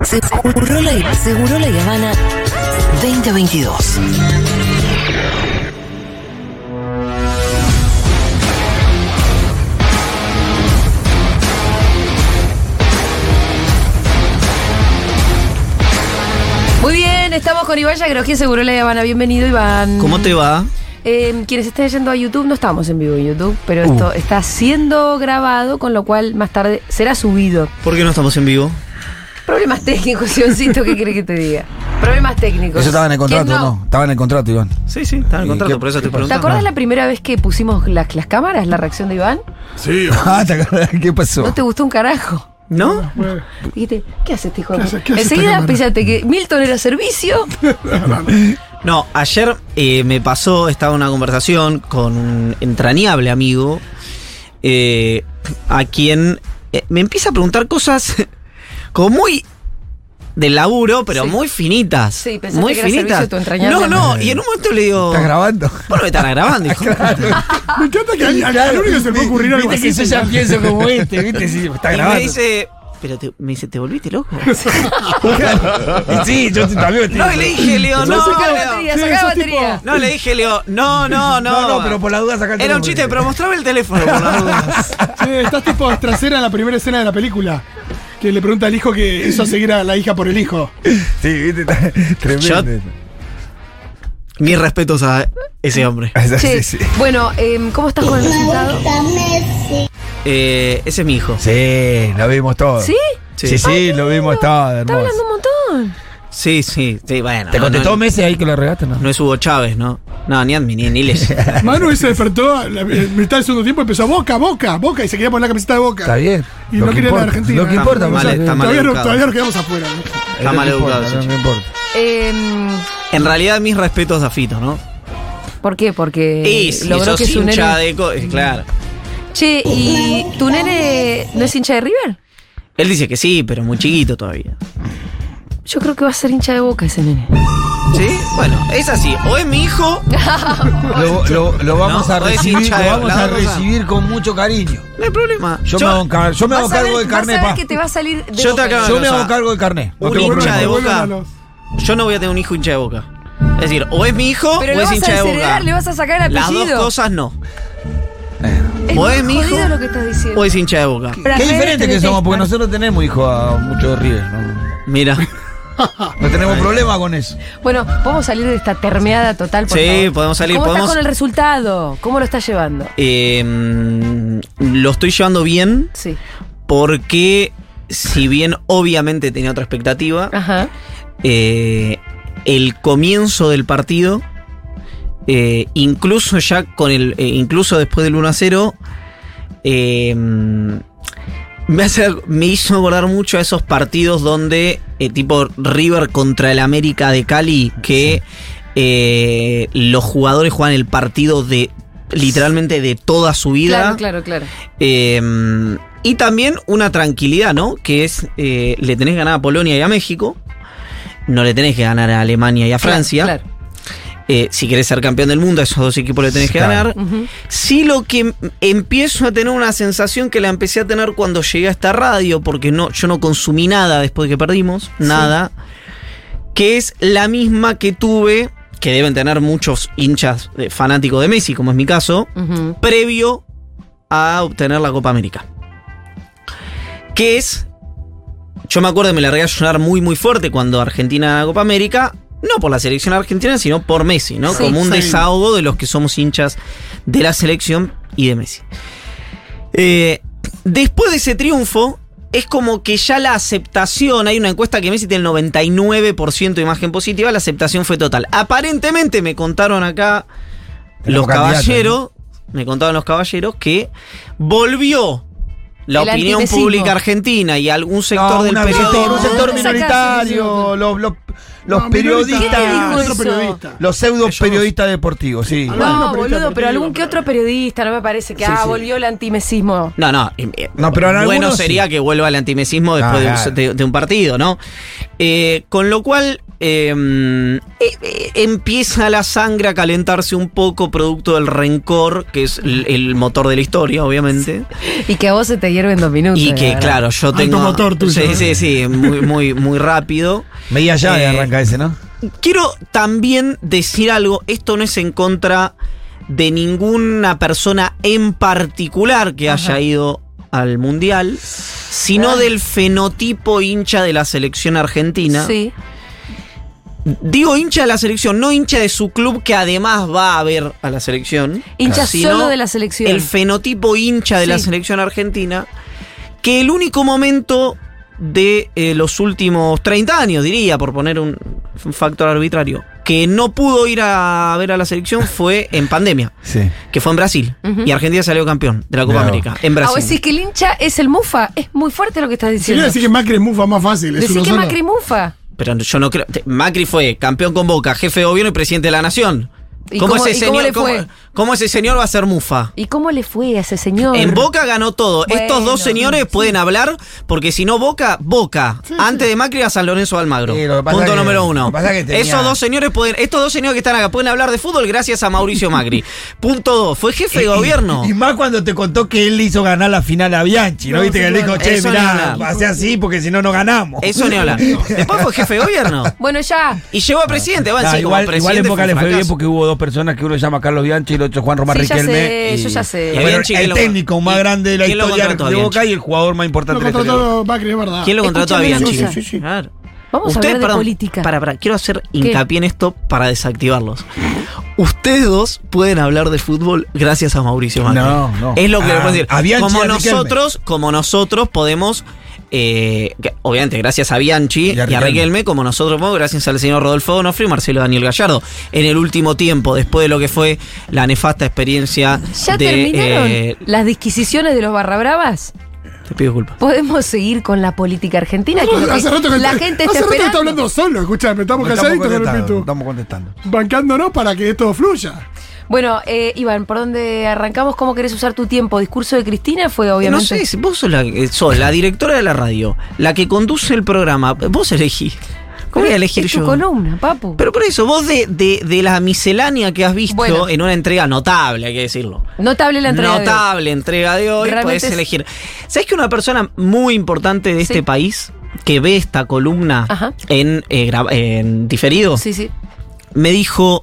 Seguro la Habana 2022. Muy bien, estamos con Iván Yagrojí, Seguro la Habana. Bienvenido, Iván. ¿Cómo te va? Quienes estén yendo a YouTube, no estamos en vivo en YouTube, pero esto está siendo grabado, con lo cual más tarde será subido. ¿Por qué no estamos en vivo? Problemas técnicos, Sioncito, ¿qué quiere que te diga? Problemas técnicos. Eso estaba en el contrato, ¿no? Estaba en el contrato, Iván. Sí, estaba en el contrato, por eso te ¿Te pregunto. acordás la primera vez que pusimos las cámaras, la reacción de Iván? Sí. ¿Te acordás? ¿Qué pasó? ¿No te gustó un carajo? ¿No? Bueno, Dijiste, ¿qué hace este hijo de ¿Qué hace puta? esta Enseguida cámara? pensaste que Milton era servicio. No, ayer me pasó, estaba en una conversación con un entrañable amigo a quien me empieza a preguntar cosas como muy del laburo, pero Sí. muy finitas. Sí, pensaste muy que era finitas. servicio tu entrañable No, y en un momento le digo, ¿Estás grabando? bueno, me están grabando, hijo. me encanta que al único se le puede ocurrir algo así. Viste que yo ya pienso como ¿viste? Sí, está Y me grabando. dice, ¿te volviste loco? Sí, yo también estoy. No, y le dije, Leo, no. Saca Leo. batería, Sí, saca esos batería. No, le dije, Leo, no. No, pero por la duda saca el Era un teléfono. chiste, pero mostrame el teléfono por las dudas. Sí, estás tipo trasera en la primera escena de la película. Que le pregunta al hijo que hizo seguir a la hija por el hijo. Sí, viste, está tremendo. Mis respetos a ese hombre. Che, Sí. bueno, ¿cómo estás con el resultado? Ese es mi hijo. Sí, lo vimos todo. ¿Sí? Sí, lo vimos todo, Está hermoso. hablando un montón. Sí, bueno. ¿Te contestó Messi ahí que lo regaste, no? No es Hugo Chávez, ¿no? No, ni les. Manu se despertó en mitad del segundo tiempo y empezó Boca. Y se quería poner la camiseta de Boca. Está bien. Y Lo no que quería la importa, Argentina. Lo que importa, Está mal, Gonzalo. está mal educado. Todavía nos quedamos afuera. ¿no? Está mal educado, No ese me chico. importa. En realidad, mis respetos a Fito, ¿no? ¿Por qué? Porque Y si logró sos que su hincha nene... claro. Che, ¿y tu nene no es hincha de River? Él dice que sí, pero muy chiquito todavía. Yo creo que va a ser hincha de Boca ese nene. ¿Sí? Bueno, es así. O es mi hijo, Lo vamos No, a o es recibir, hincha de- lo vamos la a otra cosa. recibir con mucho cariño. no hay problema. Yo me hago Vas a cargo ver- del carnet, vas a ver pa. que te va a salir de Yo Boca. te acabo- Yo me o sea, hago cargo del carnet. No un tengo hincha problema. de Vuelvan Boca. a los- Yo no voy a tener un hijo hincha de Boca. Es decir, o es mi hijo Pero o le es vas hincha a de Boca. desheredar, le vas a sacar el Las apellido. dos cosas no. Es o muy es mi hijo jodido lo que estás diciendo. o es hincha de Boca. Pero Qué las redes diferente te que somos, porque detestan. nosotros tenemos hijos a muchos de River. Mira. No tenemos problema con eso. Bueno, podemos salir de esta termeada total, por Sí, favor? podemos salir, ¿Cómo podemos- estás con el resultado? ¿Cómo lo estás llevando? Lo estoy llevando bien Sí. porque si bien obviamente tenía otra expectativa, Ajá. el comienzo del partido, incluso ya con incluso después del 1-0, me hizo acordar mucho a esos partidos donde tipo River contra el América de Cali, que los jugadores juegan el partido de literalmente de toda su vida. Claro. Y también una tranquilidad, ¿no? Que es, le tenés que ganar a Polonia y a México, no le tenés que ganar a Alemania y a Francia. Claro. Si querés ser campeón del mundo, a esos dos equipos le tenés que Claro. ganar. Ujú. Sí, lo que empiezo a tener una sensación que la empecé a tener cuando llegué a esta radio, porque yo no consumí nada después de que perdimos, nada, que es la misma que tuve, que deben tener muchos hinchas fanáticos de Messi, como es mi caso, Ujú. previo a obtener la Copa América. Que es, yo me acuerdo que me largué a llorar muy muy fuerte cuando Argentina ganó la Copa América, no por la selección argentina, sino por Messi, ¿no? Sí, Como un sí. desahogo de los que somos hinchas de la selección y de Messi. Después de ese triunfo, es como que ya la aceptación, hay una encuesta que Messi tiene el 99% de imagen positiva, la aceptación fue total. Aparentemente me contaron acá Tenemos los candidatos, caballeros, me contaban los caballeros que volvió la El opinión antimesismo. pública argentina y algún sector del periodismo. Un sector ¿Dónde sacaste minoritario, eso? los No, periodistas. ¿Quién te dijo otro eso? periodista. Los pseudo periodistas deportivos, sí. Algunos No, periodistas boludo, pero deportivos, algún que otro periodista, no me parece que Sí, sí. volvió el antimesismo. No, No, pero en bueno algunos sería sí. que vuelva el antimesismo después Claro. de un partido, ¿no? Con lo cual, empieza la sangre a calentarse un poco producto del rencor, que es el motor de la historia, obviamente. Y que a vos se te hierve en 2 minutos. Y que, claro, yo tengo... motor tuyo, Sí, muy rápido. Media llave arranca ese, ¿no? Quiero también decir algo, esto no es en contra de ninguna persona en particular que haya ido al Mundial, sino del fenotipo hincha de la selección argentina. Sí. Digo hincha de la selección, no hincha de su club que además va a ver a la selección. Hincha sino solo de la selección. El fenotipo hincha de la selección argentina, que el único momento de los últimos 30 años, diría, por poner un factor arbitrario, que no pudo ir a ver a la selección fue en pandemia, que fue en Brasil. Y Argentina salió campeón de la Copa América, en Brasil. Ah, decís que el hincha es el Mufa. Es muy fuerte lo que estás Si diciendo. decir que Macri es Mufa más fácil. Es Decís uno que solo. Macri Mufa. Pero yo no creo. Macri fue campeón con Boca, jefe de gobierno y presidente de la nación. ¿Y cómo le fue? ¿Cómo ese señor va a ser mufa? ¿Y cómo le fue a ese señor? En Boca ganó todo. Bueno, Estos dos señores pueden hablar, porque si no Boca. Antes de Macri a San Lorenzo de Almagro. Sí, lo que pasa Punto que- número 1. lo que pasa que tenía- Estos dos señores que están acá pueden hablar de fútbol gracias a Mauricio Macri. Punto 2. Fue jefe de gobierno. Y más cuando te contó que él hizo ganar la final a Bianchi, ¿no? Viste que él dijo, che, Eso ni mirá, hablar. hace así porque si no, no ganamos. Eso ni hablar. Después fue jefe de gobierno. Bueno, ya. Y llegó a presidente. Bueno, Nah, sí, como igual presidente en Boca fue le un fue bien fracaso. porque hubo dos personas, que uno se llama Carlos Bianchi y el otro Juan Román Sí, ya Riquelme. sé, y- yo ya sé. Y a Bueno, Bianchi, ¿quién el lo- técnico más grande de la ¿quién lo historia contrató a de Boca Bianchi? y el jugador más importante Lo de la historia. contrató Macri, es verdad. ¿Quién lo contrató a Escúchame una Bianchi? cosa. Sí. Claro. Vamos a hablar de política. Quiero hacer hincapié en esto para desactivarlos. Ustedes dos pueden hablar de fútbol gracias a Mauricio Macri. No. Es lo que le puedo decir. A Bianchi y a Riquelme. Como nosotros podemos, obviamente gracias a Bianchi y a Riquelme, como nosotros podemos, gracias al señor Rodolfo Donofrio y Marcelo Daniel Gallardo. En el último tiempo, después de lo que fue la nefasta experiencia ¿Ya de... terminaron las disquisiciones de los barrabravas? Te pido disculpas. ¿Podemos seguir con la política argentina? Que es lo que Hace rato que la gente está hace rato que está esperando. hablando solo, escuchame, estamos calladitos con el Pitu. Estamos contestando. Bancándonos para que esto fluya. Bueno, Iván, ¿por dónde arrancamos? ¿Cómo querés usar tu tiempo? ¿Discurso de Cristina? Fue obviamente. No sé, si vos sos la directora de la radio, la que conduce el programa, vos elegís. ¿Cómo voy a elegir es tu yo? columna, papu. Pero por eso, vos de la miscelánea que has visto Bueno. en una entrega notable, hay que decirlo. Notable la entrega. Notable entrega de hoy, Realmente podés es- elegir. ¿Sabés que una persona muy importante de este país que ve esta columna Ajá. en diferido Sí. me dijo: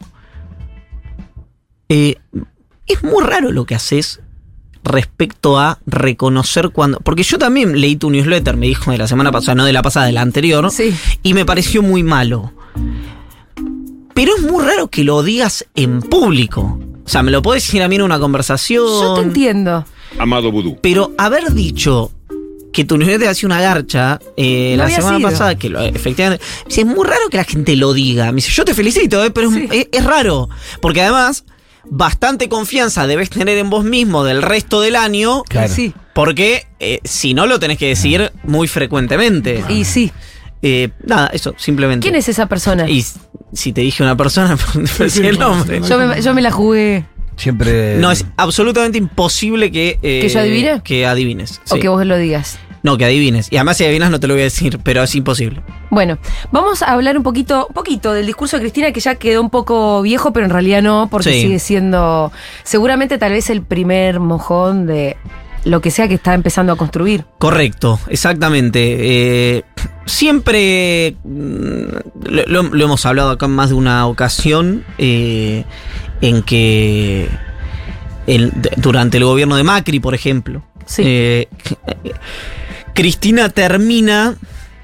es muy raro lo que haces respecto a reconocer cuando... Porque yo también leí tu newsletter, me dijo de la semana pasada, no de la pasada, de la anterior, Sí. y me pareció muy malo. Pero es muy raro que lo digas en público. O sea, me lo podés decir a mí en una conversación. Yo te entiendo. Amado Vudú. Pero haber dicho que tu newsletter hacía una garcha la había semana sido. pasada, que efectivamente... Dice, es muy raro que la gente lo diga. Me dice, yo te felicito, pero Sí. es raro. Porque además, bastante confianza debes tener en vos mismo del resto del año. Claro. Sí. Porque si no, lo tenés que decir muy frecuentemente. Y sí. Nada, eso, simplemente. ¿Quién es esa persona? Y si te dije una persona, decir el nombre. Yo me la jugué. Siempre. No, es absolutamente imposible que... ¿Que yo adivine? Que adivines. O sí. que vos lo digas. No, que adivines. Y además si adivinas no te lo voy a decir, pero es imposible. Bueno, vamos a hablar un poquito del discurso de Cristina, que ya quedó un poco viejo, pero en realidad no, porque Sí. sigue siendo seguramente tal vez el primer mojón de lo que sea que está empezando a construir. Correcto, exactamente. Siempre lo hemos hablado acá en más de una ocasión, en que durante el gobierno de Macri, por ejemplo, Sí. Cristina termina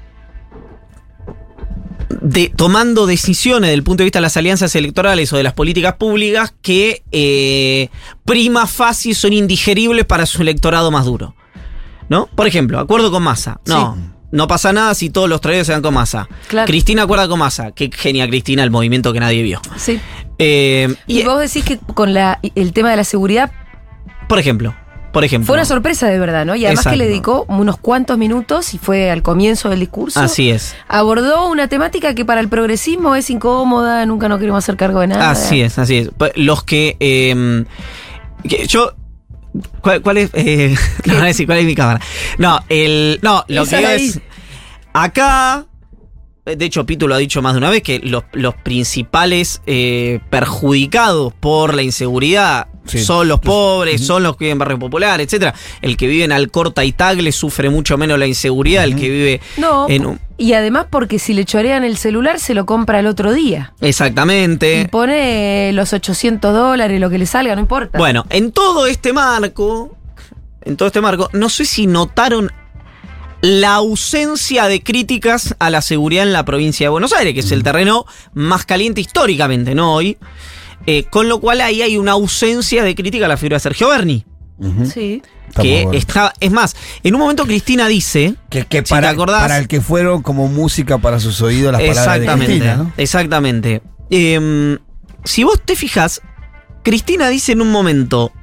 tomando decisiones desde el punto de vista de las alianzas electorales o de las políticas públicas que prima facie son indigeribles para su electorado más duro, ¿no? Por ejemplo, acuerdo con Massa. No pasa nada si todos los traidores se dan con Massa. Claro. Cristina acuerda con Massa. Qué genia Cristina, el movimiento que nadie vio. Sí. Y Y vos decís que con el tema de la seguridad por ejemplo. fue una sorpresa de verdad, ¿no? Y además que le Exacto. dedicó unos cuantos minutos y fue al comienzo del discurso. Así es. Abordó una temática que para el progresismo es incómoda, nunca nos queremos hacer cargo de nada. Así es. Los que yo... ¿Cuál es? No, voy a decir, ¿cuál es mi cámara? No, lo Esa que digo de ahí. es... Acá de hecho Pitu lo ha dicho más de una vez, que los principales perjudicados por la inseguridad son los pobres, son los que viven en barrio popular, etcétera. El que vive en Alcorta y Tagle sufre mucho menos la inseguridad, el que vive en un... Y además porque si le chorean el celular se lo compra el otro día. Exactamente. Y pone los $800, lo que le salga, no importa. Bueno, en todo este marco, no sé si notaron la ausencia de críticas a la seguridad en la provincia de Buenos Aires, que es el terreno más caliente históricamente, ¿no? Hoy. Con lo cual ahí hay una ausencia de crítica a la figura de Sergio Berni. Sí. Que está, es más, en un momento Cristina dice que si para, te acordás, para el que fueron como música para sus oídos las palabras de Cristina, ¿no? Exactamente. Si vos te fijas, Cristina dice en un momento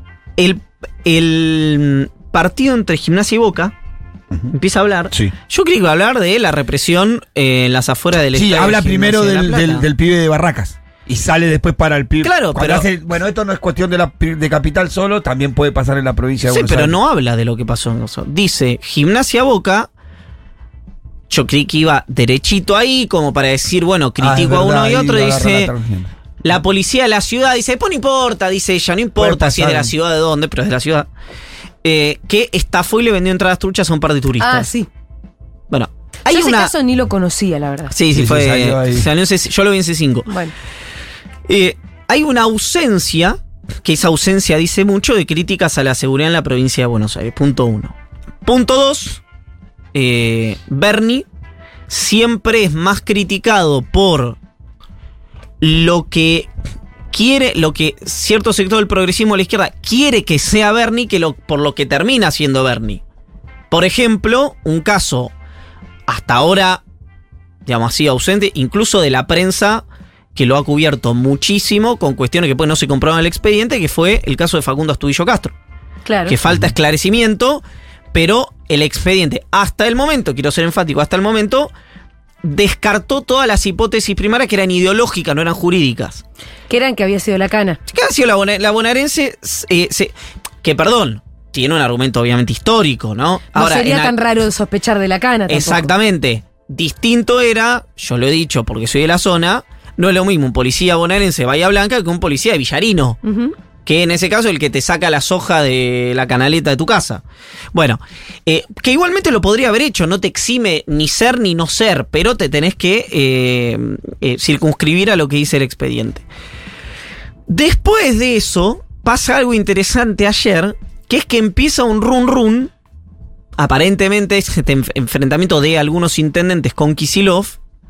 el partido entre Gimnasia y Boca. Empieza a hablar. Sí. Yo creo que va a hablar de la represión en las afueras del estadio. Sí, habla primero del pibe de Barracas. Y sale después para el pibe. Claro, pero bueno, esto no es cuestión de Capital solo, también puede pasar en la provincia de Buenos Aires. Sí, pero no habla de lo que pasó en eso. Dice, Gimnasia Boca, yo creí que iba derechito ahí, como para decir, bueno, critico a uno y otro, dice... La policía de la ciudad dice, pues no importa, dice ella, no importa si es de la ciudad de dónde, pero es de la ciudad. Que estafó y le vendió entradas truchas a un par de turistas. Ah, sí. Bueno, hay ese caso ni lo conocía, la verdad. Sí, fue. Yo lo vi en C5. Bueno. Hay una ausencia, que esa ausencia dice mucho, de críticas a la seguridad en la provincia de Buenos Aires. Punto 1. Punto 2. Berni siempre es más criticado por lo que quiere, lo que cierto sector del progresismo de la izquierda quiere que sea Berni, que por lo que termina siendo Berni. Por ejemplo, un caso hasta ahora, digamos así, ausente, incluso de la prensa, que lo ha cubierto muchísimo con cuestiones que pues no se comproban en el expediente, que fue el caso de Facundo Astudillo Castro. Claro. Que falta esclarecimiento, pero el expediente, hasta el momento, quiero ser enfático, hasta el momento, descartó todas las hipótesis primarias que eran ideológicas, no eran jurídicas. Que eran que había sido la cana. Que había sido la bonaerense, que perdón, tiene un argumento obviamente histórico, ¿no? Ahora, no sería tan raro sospechar de la cana tampoco. Exactamente. Distinto era, yo lo he dicho porque soy de la zona, no es lo mismo un policía bonaerense de Bahía Blanca que un policía de Villarino. Que en ese caso es el que te saca la soja de la canaleta de tu casa. Bueno, que igualmente lo podría haber hecho, no te exime ni ser ni no ser, pero te tenés que circunscribir a lo que dice el expediente. Después de eso, pasa algo interesante ayer, que es que empieza un run, aparentemente este enfrentamiento de algunos intendentes con Kicillof,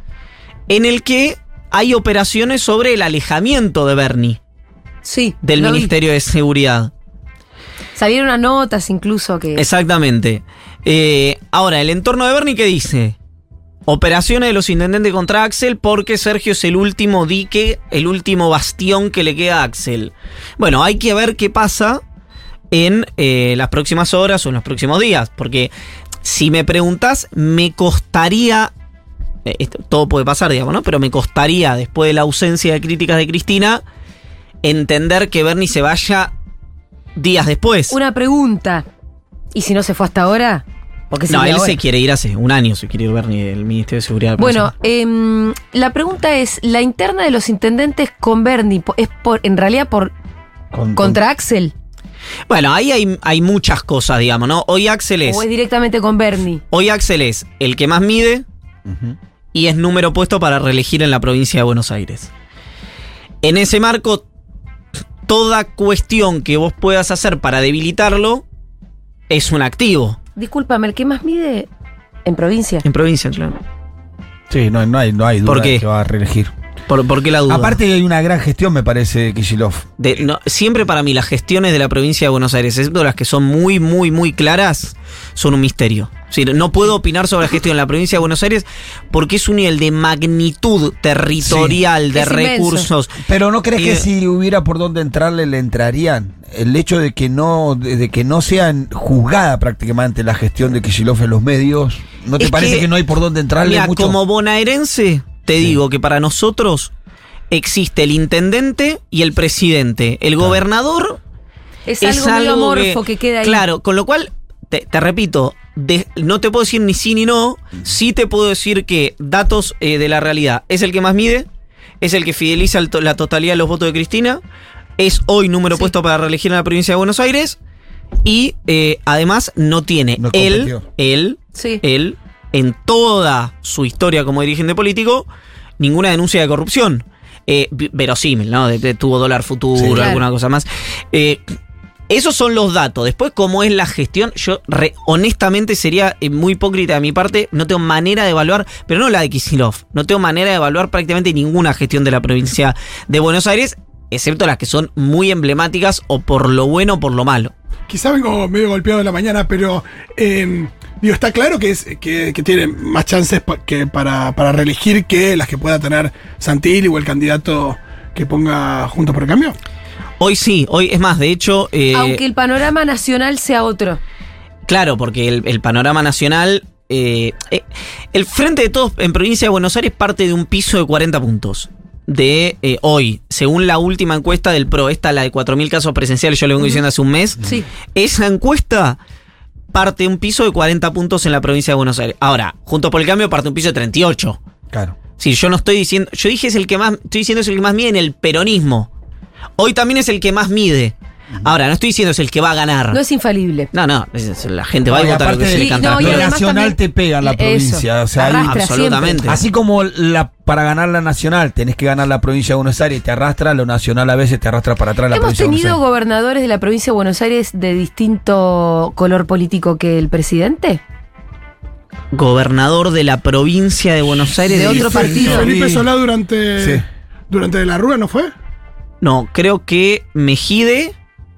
en el que hay operaciones sobre el alejamiento de Berni. Sí. Del Ministerio de Seguridad. Salieron unas notas incluso que... Exactamente. Ahora, el entorno de Berni, ¿qué dice? Operaciones de los intendentes contra Axel porque Sergio es el último dique, el último bastión que le queda a Axel. Bueno, hay que ver qué pasa en las próximas horas o en los próximos días. Porque si me preguntás, me costaría... todo puede pasar, digamos, ¿no? Pero me costaría, después de la ausencia de críticas de Cristina, entender que Berni se vaya días después. Una pregunta. ¿Y si no se fue hasta ahora? Porque no, él se quiere ir hace un año, se quiere ir Berni del Ministerio de Seguridad. Bueno, la pregunta es, ¿la interna de los intendentes con Berni es en realidad contra Axel? Bueno, ahí hay muchas cosas, digamos, ¿no? Hoy Axel es... ¿O es directamente con Berni? Hoy Axel es el que más mide y es número puesto para reelegir en la provincia de Buenos Aires. En ese marco, toda cuestión que vos puedas hacer para debilitarlo es un activo. Discúlpame, ¿el que más mide en provincia? En provincia, claro. Sí, no hay duda ¿Por qué? De que va a reelegir. ¿Por qué la duda? Aparte hay una gran gestión, me parece, de Kicillof. Siempre para mí las gestiones de la provincia de Buenos Aires, excepto las que son muy, muy, muy claras, son un misterio. Es decir, no puedo opinar sobre la gestión de la provincia de Buenos Aires porque es un nivel de magnitud territorial, de recursos. Pero ¿no crees que si hubiera por dónde entrarle, le entrarían? El hecho de que no sean juzgada prácticamente la gestión de Kicillof en los medios, ¿no te parece que no hay por dónde entrarle mucho? Como bonaerense, te digo que para nosotros existe el intendente y el presidente. El gobernador es algo medio amorfo que queda ahí. Claro, con lo cual te repito, no te puedo decir ni sí ni no. Sí te puedo decir que datos de la realidad es el que más mide, es el que fideliza la totalidad de los votos de Cristina, es hoy número puesto para reelegir en la provincia de Buenos Aires y además no tiene él en toda su historia como dirigente político ninguna denuncia de corrupción. Verosímil, ¿no? Tuvo dólar futuro, alguna cosa más. Esos son los datos. Después, cómo es la gestión, yo honestamente sería muy hipócrita de mi parte. No tengo manera de evaluar, pero no la de Kicillof. No tengo manera de evaluar prácticamente ninguna gestión de la provincia de Buenos Aires, excepto las que son muy emblemáticas o por lo bueno o por lo malo. Quizá vengo medio golpeado de la mañana, pero está claro que tiene más chances para reelegir que las que pueda tener Santilli o el candidato que ponga Juntos por el Cambio. Hoy sí, hoy es más, de hecho... aunque el panorama nacional sea otro. Claro, porque el panorama nacional... el Frente de Todos en provincia de Buenos Aires parte de un piso de 40 puntos. De hoy, según la última encuesta del PRO, la de 4.000 casos presenciales, yo le vengo diciendo hace un mes. Sí. Esa encuesta parte de un piso de 40 puntos en la provincia de Buenos Aires. Ahora, Juntos por el Cambio parte de un piso de 38. Claro. Sí, yo no estoy diciendo... Yo dije estoy diciendo es el que más mide en el peronismo. Hoy también es el que más mide. Ahora, no estoy diciendo es el que va a ganar. No es infalible. No, la gente va a votar lo que se le canta. Lo nacional te pega en la provincia. Eso, o sea, absolutamente. Así como para ganar la nacional tenés que ganar la provincia de Buenos Aires, te arrastra, lo nacional a veces te arrastra para atrás la provincia de Buenos Aires. ¿Hemos tenido gobernadores de la provincia de Buenos Aires de distinto color político que el presidente? Gobernador de la provincia de Buenos Aires de otro partido. Felipe Solá durante la Rúa, ¿no fue? No, creo que Mejide.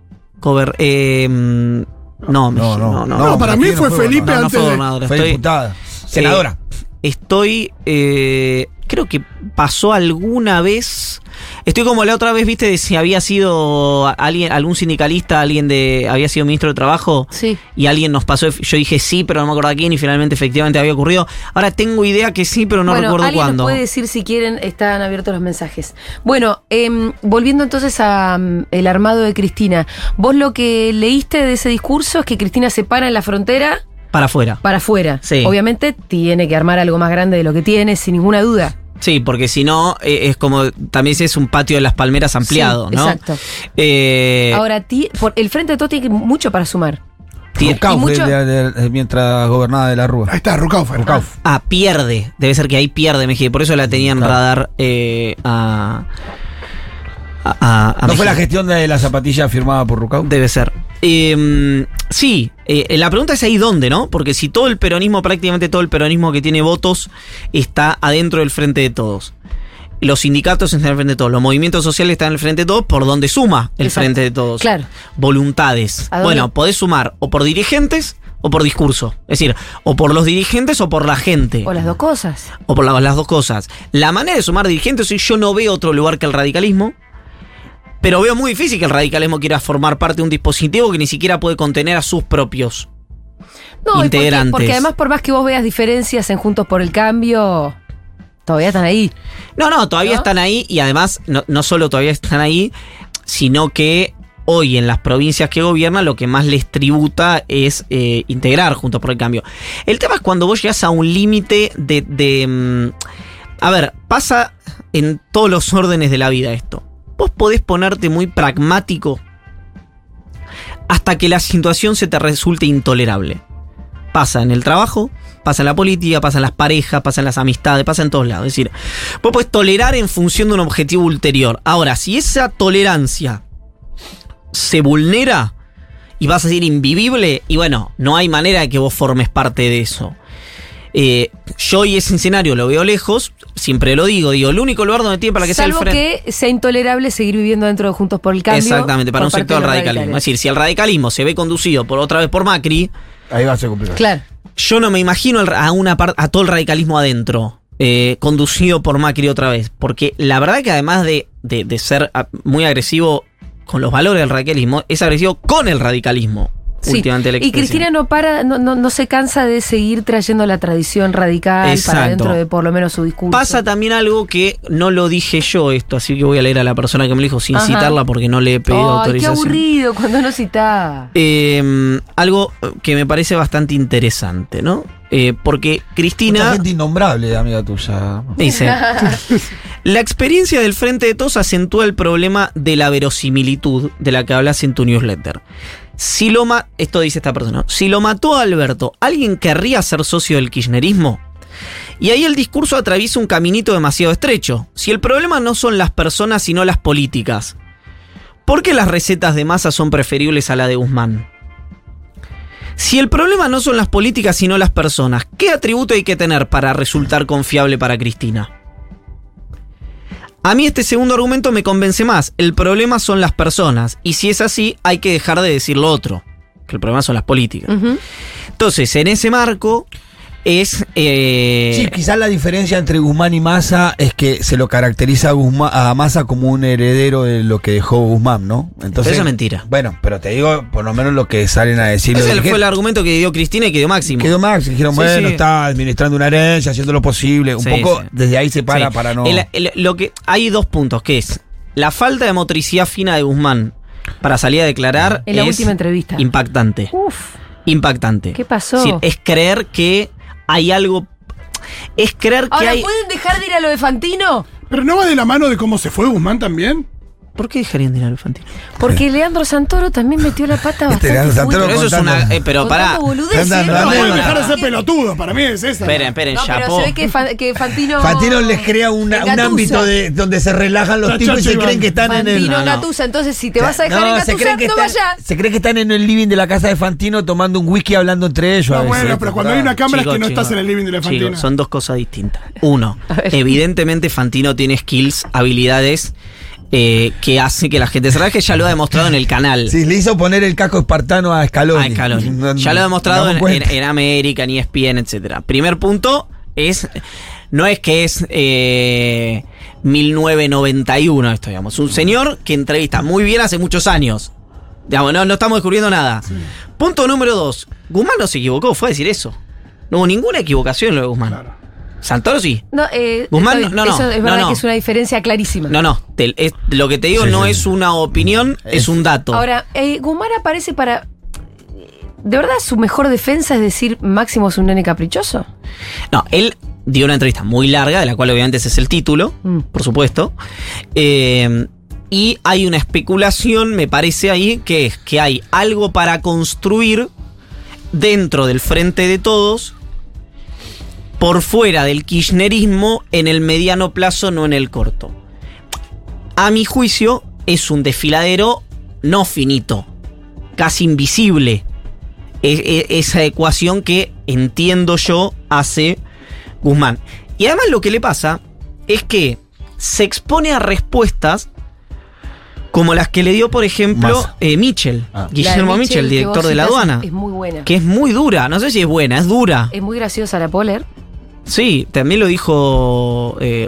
No, para mí fue Felipe antes. No fue gobernadora. Fue diputada. Senadora. Creo que pasó alguna vez. Estoy como la otra vez, viste, de si había sido algún sindicalista, había sido ministro de Trabajo. Sí. Y alguien nos pasó. Yo dije sí, pero no me acuerdo a quién, y finalmente efectivamente había ocurrido. Ahora tengo idea que sí, pero no recuerdo alguien cuándo. Nos puede decir si quieren, están abiertos los mensajes. Bueno, volviendo entonces a el armado de Cristina. Vos lo que leíste de ese discurso es que Cristina se para en la frontera. Para afuera. Para afuera. Sí. Obviamente tiene que armar algo más grande de lo que tiene, sin ninguna duda. Sí, porque si no, es como, también es un patio de las palmeras ampliado, sí, ¿no? Exacto. Ahora, el Frente de Todos tiene mucho para sumar. Rucauf, mientras gobernaba de la Rúa. Ahí está, Rucauf. Pierde. Debe ser que ahí pierde Mejía. Por eso la tenía en radar a ¿No fue la gestión de la zapatilla firmada por Rucauf? Debe ser. Sí, la pregunta es ahí dónde, ¿no? Porque si todo el peronismo, prácticamente todo el peronismo que tiene votos está adentro del Frente de Todos. Los sindicatos están en el Frente de Todos, los movimientos sociales están en el Frente de Todos, ¿por dónde suma el Frente de Todos? Claro. Voluntades. Bueno, podés sumar o por dirigentes o por discurso. Es decir, o por los dirigentes o por la gente. O las dos cosas. O por las dos cosas. La manera de sumar dirigentes, yo no veo otro lugar que el radicalismo. Pero veo muy difícil que el radicalismo quiera formar parte de un dispositivo que ni siquiera puede contener a sus propios integrantes. Porque además, por más que vos veas diferencias en Juntos por el Cambio, todavía están ahí. No, todavía están ahí. Y además, no solo todavía están ahí, sino que hoy en las provincias que gobiernan lo que más les tributa es integrar Juntos por el Cambio. El tema es cuando vos llegás a un límite pasa en todos los órdenes de la vida esto. Vos podés ponerte muy pragmático hasta que la situación se te resulte intolerable. Pasa en el trabajo, pasa en la política, pasa en las parejas, pasa en las amistades, pasa en todos lados. Es decir, vos podés tolerar en función de un objetivo ulterior. Ahora, si esa tolerancia se vulnera y vas a ser invivible, y bueno, no hay manera de que vos formes parte de eso. Yo hoy ese escenario lo veo lejos, siempre lo digo, el único lugar donde tiene para que sea el frente. Salvo que sea intolerable seguir viviendo dentro de Juntos por el Cambio. Exactamente, para un sector del radicalismo. Es decir, si el radicalismo se ve conducido otra vez por Macri, ahí va a ser complicado. Claro. Yo no me imagino a todo el radicalismo adentro, conducido por Macri otra vez. Porque la verdad que además de ser muy agresivo con los valores del radicalismo, es agresivo con el radicalismo. últimamente la Y expresión. Cristina no para, no se cansa de seguir trayendo la tradición radical Exacto. para dentro de por lo menos su discurso. Pasa también algo que no lo dije yo esto, así que voy a leer a la persona que me lo dijo sin Ajá. citarla porque no le he pedido Ay, qué autorización. aburrido cuando no citaba. Algo que me parece bastante interesante, ¿no? Porque Mucha Cristina gente innombrable, amiga tuya. dice: la experiencia del Frente de Todos acentúa el problema de la verosimilitud de la que hablas en tu newsletter. Esto dice esta persona: si lo mató a Alberto, ¿alguien querría ser socio del kirchnerismo? Y ahí el discurso atraviesa un caminito demasiado estrecho. Si el problema no son las personas sino las políticas, ¿por qué las recetas de Massa son preferibles a la de Guzmán? Si el problema no son las políticas sino las personas, ¿qué atributo hay que tener para resultar confiable para Cristina? A mí este segundo argumento me convence más. El problema son las personas. Y si es así, hay que dejar de decir lo otro. Que el problema son las políticas. Ujú. Entonces, en ese marco es... Sí, quizás la diferencia entre Guzmán y Massa es que se lo caracteriza a Massa como un heredero de lo que dejó Guzmán, ¿no? Entonces, Eso es mentira. Bueno, pero te digo por lo menos lo que salen a decir. Ese fue el argumento que dio Cristina y que dio Máximo. Quedó Max, dijeron, Sí, bueno, sí. está administrando una herencia, haciendo lo posible. Un Sí, poco sí. desde ahí se para Sí. para no... Lo que hay dos puntos, que es la falta de motricidad fina de Guzmán para salir a declarar En la es última entrevista. impactante. Uf, Impactante. ¿qué pasó? Es decir, es creer que hay algo... Es creer que Ahora, hay... ¿pueden dejar de ir a lo de Fantino? Pero no va de la mano de cómo se fue Guzmán también. ¿Por qué dejarían de ir al Fantino? Porque Leandro Santoro también metió la pata bastante Leandro Santoro fuerte. Pero eso es una... contando. pero pará. Contando boludeces, Andando, ¿no? No andando. pueden Bueno, dejar de ser pelotudos, para mí es esa. Esperen, No, pero chapó. se ve que Fantino... Fantino les crea un Engatusa. ámbito donde se relajan los Está tipos y Chacho se Iván. creen que están en el... Fantino No, no. Engatusa, entonces si te vas a dejar se engatusar, creen que no están, vayas. se creen que están en el living de la casa de Fantino tomando un whisky hablando entre ellos. a No, veces. bueno, pero cuando hay una cámara Chicos, es que no chicos, estás en el living de la Fantino. chicos, son dos cosas distintas. Uno, A ver. evidentemente Fantino tiene skills, habilidades que hace que la gente se relaje. Ya lo ha demostrado en el canal. Sí, le hizo poner el casco espartano a Scaloni. A Scaloni. No, Ya lo ha demostrado damos cuenta. en América, en ESPN, etcétera. Primer punto es... No es que es 1991 esto, digamos. Un señor que entrevista muy bien hace muchos años. Digamos, no estamos descubriendo nada. Punto número 2. Guzmán no se equivocó, fue a decir eso. No hubo ninguna equivocación en lo de Guzmán. Claro. Santoro sí. No, Guzmán, estoy- no, eso es verdad no. que es una diferencia clarísima. No. Lo que te digo Sí, no sí. es una opinión, es un dato. Ahora, Guzmán aparece para... ¿De verdad su mejor defensa es decir Máximo es un nene caprichoso? No, él dio una entrevista muy larga, de la cual obviamente ese es el título, por supuesto. Y hay una especulación, me parece ahí, que es que hay algo para construir dentro del Frente de Todos, por fuera del kirchnerismo, en el mediano plazo, no en el corto. A mi juicio, es un desfiladero no finito, casi invisible. Esa ecuación que entiendo yo hace Guzmán. Y además lo que le pasa es que se expone a respuestas como las que le dio, por ejemplo, Massa. Mitchell, Ah. Guillermo La de Mitchell, que director vos de la citás aduana. Es muy buena. Que es muy dura, no sé si es buena, es dura. Es muy graciosa la Poller. Sí, también lo dijo en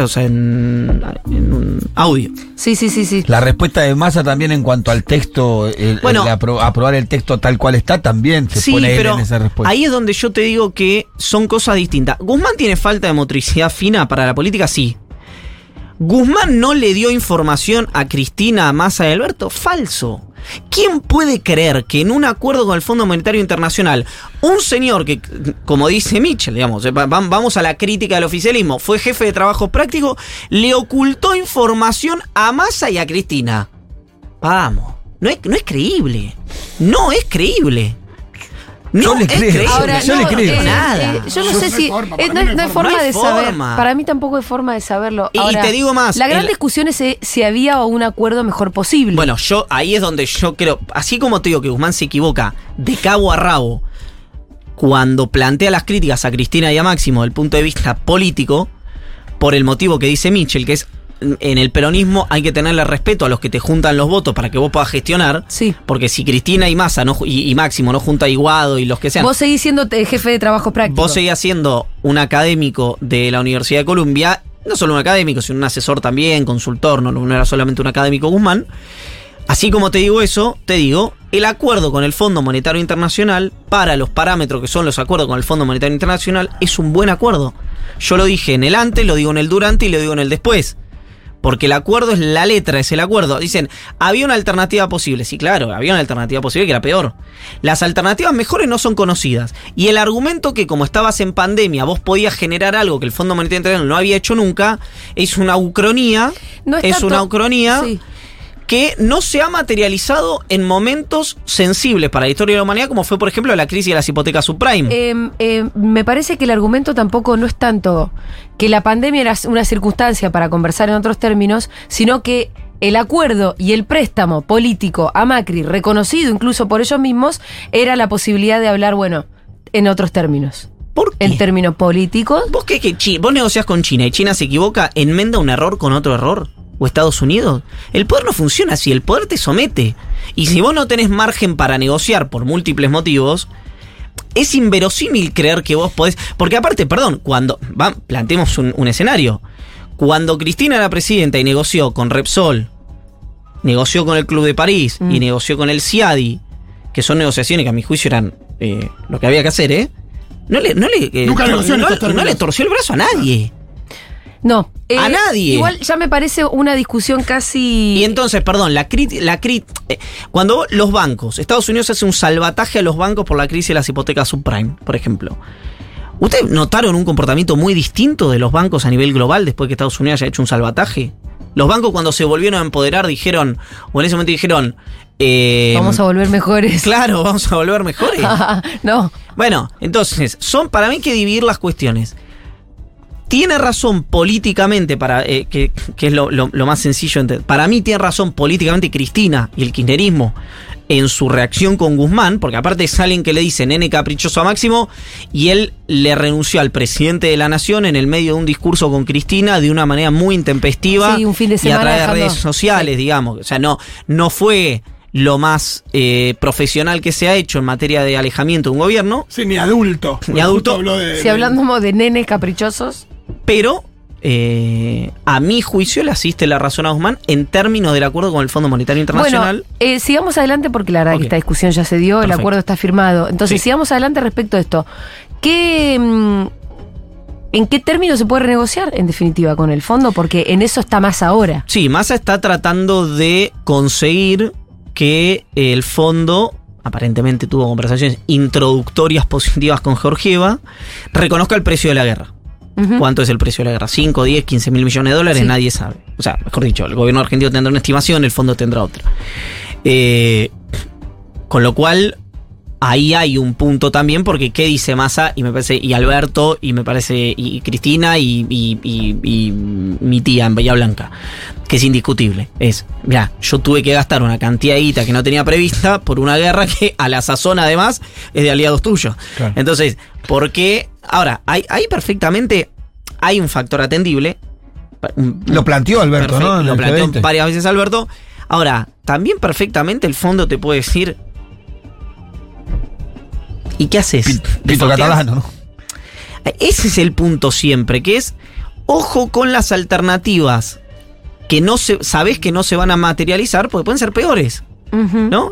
un audio. Sí. La respuesta de Massa también en cuanto al texto, Bueno. aprobar el texto tal cual está, también se Sí, pone él pero en esa respuesta. ahí es donde yo te digo que son cosas distintas. ¿Guzmán tiene falta de motricidad fina para la política? Sí. ¿Guzmán no le dio información a Cristina, a Massa y a Alberto? Falso. ¿Quién puede creer que en un acuerdo con el Fondo Monetario Internacional, un señor que, como dice Mitchell, digamos, vamos a la crítica del oficialismo, fue jefe de trabajo práctico, le ocultó información a Massa y a Cristina? Vamos, no es creíble. No es creíble. Yo le es creo. creíble. Ahora, Yo le creo. Nada. yo no No sé hay si... forma, para no, mí no hay no hay forma. forma No hay de saber. forma. Para mí tampoco hay forma de saberlo. Y Ahora, te digo más, la gran el- discusión es si había un acuerdo mejor posible. Bueno, ahí es donde yo creo, así como te digo que Guzmán se equivoca de cabo a rabo cuando plantea las críticas a Cristina y a Máximo desde el punto de vista político, por el motivo que dice Mitchell, que es en el peronismo hay que tenerle respeto a los que te juntan los votos para que vos puedas gestionar. Sí. Porque si Cristina y Massa y Máximo no junta a Iguado y los que sean, Vos seguís siendo jefe de trabajo práctico. vos seguís siendo un académico de la Universidad de Columbia, no solo un académico, sino un asesor también, consultor, no era solamente un académico Guzmán. Así como te digo eso, te digo, el acuerdo con el Fondo Monetario Internacional, para los parámetros que son los acuerdos con el Fondo Monetario Internacional, es un buen acuerdo. Yo lo dije en el antes, lo digo en el durante y lo digo en el después. Porque el acuerdo es la letra, es el acuerdo. Dicen, ¿había una alternativa posible? Sí, claro, había una alternativa posible que era peor. Las alternativas mejores no son conocidas. Y el argumento que como estabas en pandemia vos podías generar algo que el Fondo Monetario Internacional no había hecho nunca, es una ucronía. Sí. Que no se ha materializado en momentos sensibles para la historia de la humanidad, como fue, por ejemplo, la crisis de las hipotecas subprime. Me parece que el argumento tampoco no es tanto que la pandemia era una circunstancia para conversar en otros términos, sino que el acuerdo y el préstamo político a Macri, reconocido incluso por ellos mismos, era la posibilidad de hablar, bueno, en otros términos. ¿Por qué? En términos políticos. ¿Vos qué? Vos negociás con China y China se equivoca, enmenda un error con otro error. ¿O Estados Unidos? El poder no funciona así, el poder te somete. Y si vos no tenés margen para negociar por múltiples motivos, es inverosímil creer que vos podés... Porque aparte, perdón, planteemos un escenario. Cuando Cristina era presidenta y negoció con Repsol, negoció con el Club de París y negoció con el CIADI, que son negociaciones que a mi juicio eran lo que había que hacer, no le torció el brazo a nadie. No. A nadie. Igual ya me parece una discusión casi... Y entonces, perdón, cuando los bancos, Estados Unidos hace un salvataje a los bancos por la crisis de las hipotecas subprime, por ejemplo. ¿Ustedes notaron un comportamiento muy distinto de los bancos a nivel global después que Estados Unidos haya hecho un salvataje? Los bancos cuando se volvieron a empoderar dijeron, o en ese momento dijeron... vamos a volver mejores. Claro, vamos a volver mejores. No. Bueno, entonces, para mí hay que dividir las cuestiones. Tiene razón políticamente, que es lo más sencillo. Para mí tiene razón políticamente Cristina y el kirchnerismo en su reacción con Guzmán, porque aparte es alguien que le dice nene caprichoso a Máximo, y él le renunció al presidente de la nación en el medio de un discurso con Cristina de una manera muy intempestiva, sí, un fin de semana y a través de redes sociales, sí, digamos. O sea, no fue lo más profesional que se ha hecho en materia de alejamiento de un gobierno. Sí, ni adulto. Ni adulto. Si hablamos de nenes caprichosos. Pero, a mi juicio, le asiste la razón a Guzmán en términos del acuerdo con el Fondo Monetario Internacional. Bueno, sigamos adelante porque la verdad que esta discusión ya se dio, perfecto. El acuerdo está firmado. Entonces, sigamos adelante respecto a esto. ¿En qué términos se puede renegociar, en definitiva, con el fondo? Porque en eso está Massa ahora. Sí, Massa está tratando de conseguir que el fondo, aparentemente tuvo conversaciones introductorias positivas con Georgieva, reconozca el precio de la guerra. ¿Cuánto es el precio de la guerra? 5, 10, 15 mil millones de dólares, sí. Nadie sabe. O sea, mejor dicho, el gobierno argentino tendrá una estimación, el fondo tendrá otra. Con lo cual, ahí hay un punto también, porque ¿qué dice Massa? Y me parece, y Alberto, y me parece, y Cristina, y mi tía en Bahía Blanca, que es indiscutible. Mirá, yo tuve que gastar una cantidad de guita que no tenía prevista por una guerra que a la sazón además es de aliados tuyos. Claro. Entonces, ¿por qué? Ahora, ahí perfectamente hay un factor atendible. Lo planteó Alberto, ¿no? Lo planteó varias veces Alberto. Ahora, también perfectamente el fondo te puede decir, ¿y qué haces? Pito catalano, ¿no? Ese es el punto siempre, que es, ojo con las alternativas que sabés que no se van a materializar, porque pueden ser peores. ¿No?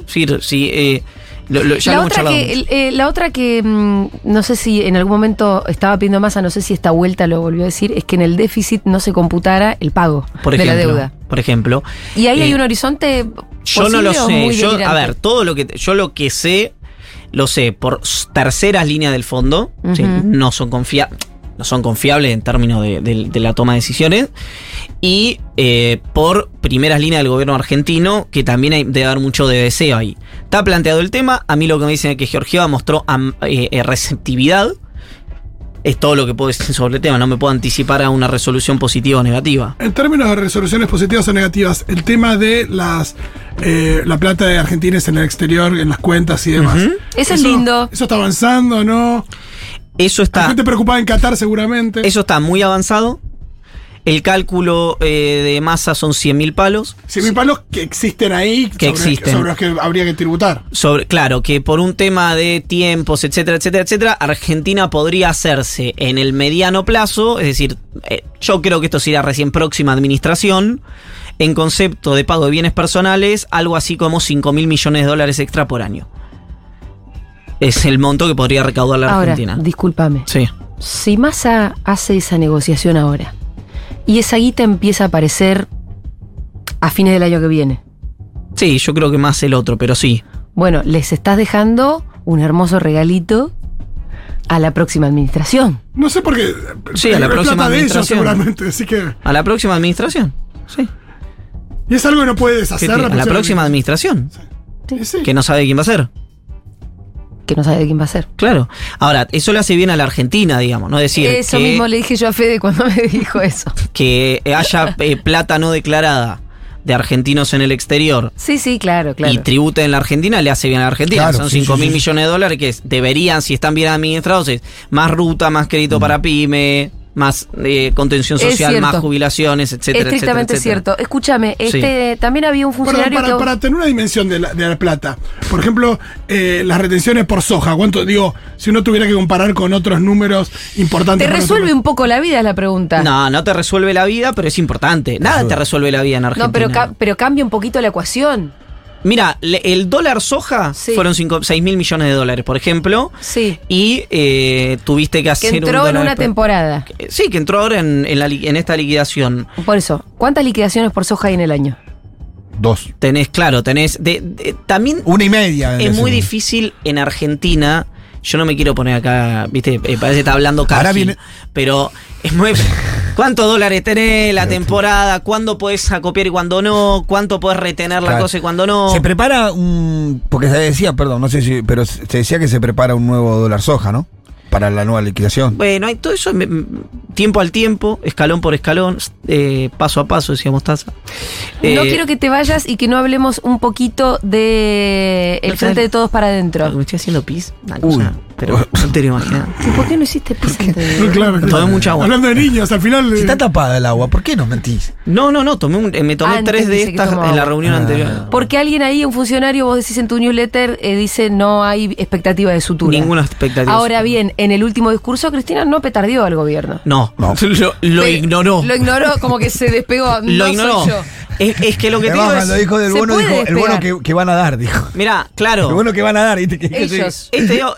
La otra que no sé si en algún momento estaba pidiendo Massa, no sé si esta vuelta lo volvió a decir, es que en el déficit no se computara el pago de la deuda. Por ejemplo. Y ahí hay un horizonte yo no lo sé. A ver, lo que sé, lo sé por terceras líneas del fondo, ¿sí? No son confiables en términos de la toma de decisiones, y por primeras líneas del gobierno argentino, que también debe haber mucho de deseo ahí. Está planteado el tema. A mí lo que me dicen es que Georgieva mostró receptividad. Es todo lo que puedo decir sobre el tema. No me puedo anticipar a una resolución positiva o negativa. En términos de resoluciones positivas o negativas, el tema de la plata de argentines en el exterior, en las cuentas y demás. Eso es lindo. Eso está avanzando, ¿no? Eso está. La gente preocupada en Qatar, seguramente. Eso está muy avanzado. El cálculo de Massa son 100.000 palos. 100.000 palos que existen ahí, sobre los que habría que tributar. Claro, que por un tema de tiempos, etcétera, etcétera, etcétera, Argentina podría hacerse en el mediano plazo, es decir, yo creo que esto será recién próxima administración, en concepto de pago de bienes personales, algo así como $5.000 millones extra por año. Es el monto que podría recaudar la Argentina. Ahora, discúlpame. Sí. Si Massa hace esa negociación ahora y esa guita empieza a aparecer a fines del año que viene. Sí, yo creo que más el otro, pero sí. Bueno, les estás dejando un hermoso regalito a la próxima administración. No sé por qué. Sí, a la próxima de ellos, administración. seguramente, así que. A la próxima administración. Sí. Y es algo que no puede deshacer. A la próxima administración. Sí. Que no sabe quién va a ser. Que no sabe de quién va a ser. Claro. Ahora, eso le hace bien a la Argentina, digamos, ¿no? Decir Eso que, mismo le dije yo a Fede cuando me dijo eso. que haya plata no declarada de argentinos en el exterior. Sí, claro. Y tributen en la Argentina, le hace bien a la Argentina. Claro, Son sí, 5.000 sí. millones de dólares que deberían, si están bien administrados, es más ruta, más crédito para pyme, más contención Es social, cierto. más jubilaciones, etcétera, Estrictamente etcétera, etcétera. cierto. Escúchame, también había un funcionario Perdón, para tener una dimensión de la plata. Por ejemplo, las retenciones por soja. ¿Cuánto, si uno tuviera que comparar con otros números importantes? ¿Te para resuelve nosotros? un poco la vida, es la pregunta? No te resuelve la vida, pero es importante. Nada te resuelve la vida en Argentina. No, pero cambia un poquito la ecuación. Mira, el dólar soja Sí. fueron 6.000 millones de dólares, por ejemplo. Sí. Y tuviste que Que hacer entró un en dólar una temporada. Sí, que entró ahora en esta liquidación. Por eso, ¿cuántas liquidaciones por soja hay en el año? 2. Tenés. También 1,5. es muy difícil en Argentina. Yo no me quiero poner acá, viste, parece que está hablando Ahora Cargill, viene- pero es muy... ¿Cuántos dólares tenés la temporada? ¿Cuándo podés acopiar y cuándo no? ¿Cuánto podés retener la Claro. cosa y cuándo no? Se prepara porque se decía, perdón, no sé si, pero se decía que se prepara un nuevo dólar soja, ¿no? Para la nueva liquidación. Bueno, hay todo eso tiempo al tiempo, escalón por escalón, paso a paso, decía Mostaza. No quiero que te vayas y que no hablemos un poquito de el No, Frente de Todos para adentro. Me estoy haciendo pis, una Uy. cosa, pero no te lo imaginas. ¿Y por qué no hiciste pis antes de- No, claro. Tomé mucha agua. Hablando de niños, al final. Si está tapada el agua, ¿por qué nos mentís? No, me tomé Antes 3 de dice que estas tomó en la agua. reunión anterior. Porque alguien ahí, un funcionario, vos decís en tu newsletter, dice no hay expectativa de sutura. Ninguna expectativa. Ahora bien, en el último discurso, Cristina no petardeó al gobierno. No. Lo Pe- ignoró. Lo ignoró, como que se despegó. Lo No ignoró. soy yo. Es que lo que te digo Además, es... cuando dijo del se bono, puede dijo el bono despegar. que van a dar, dijo. Mirá, claro. El bono que van a dar, ¿viste? Ellos.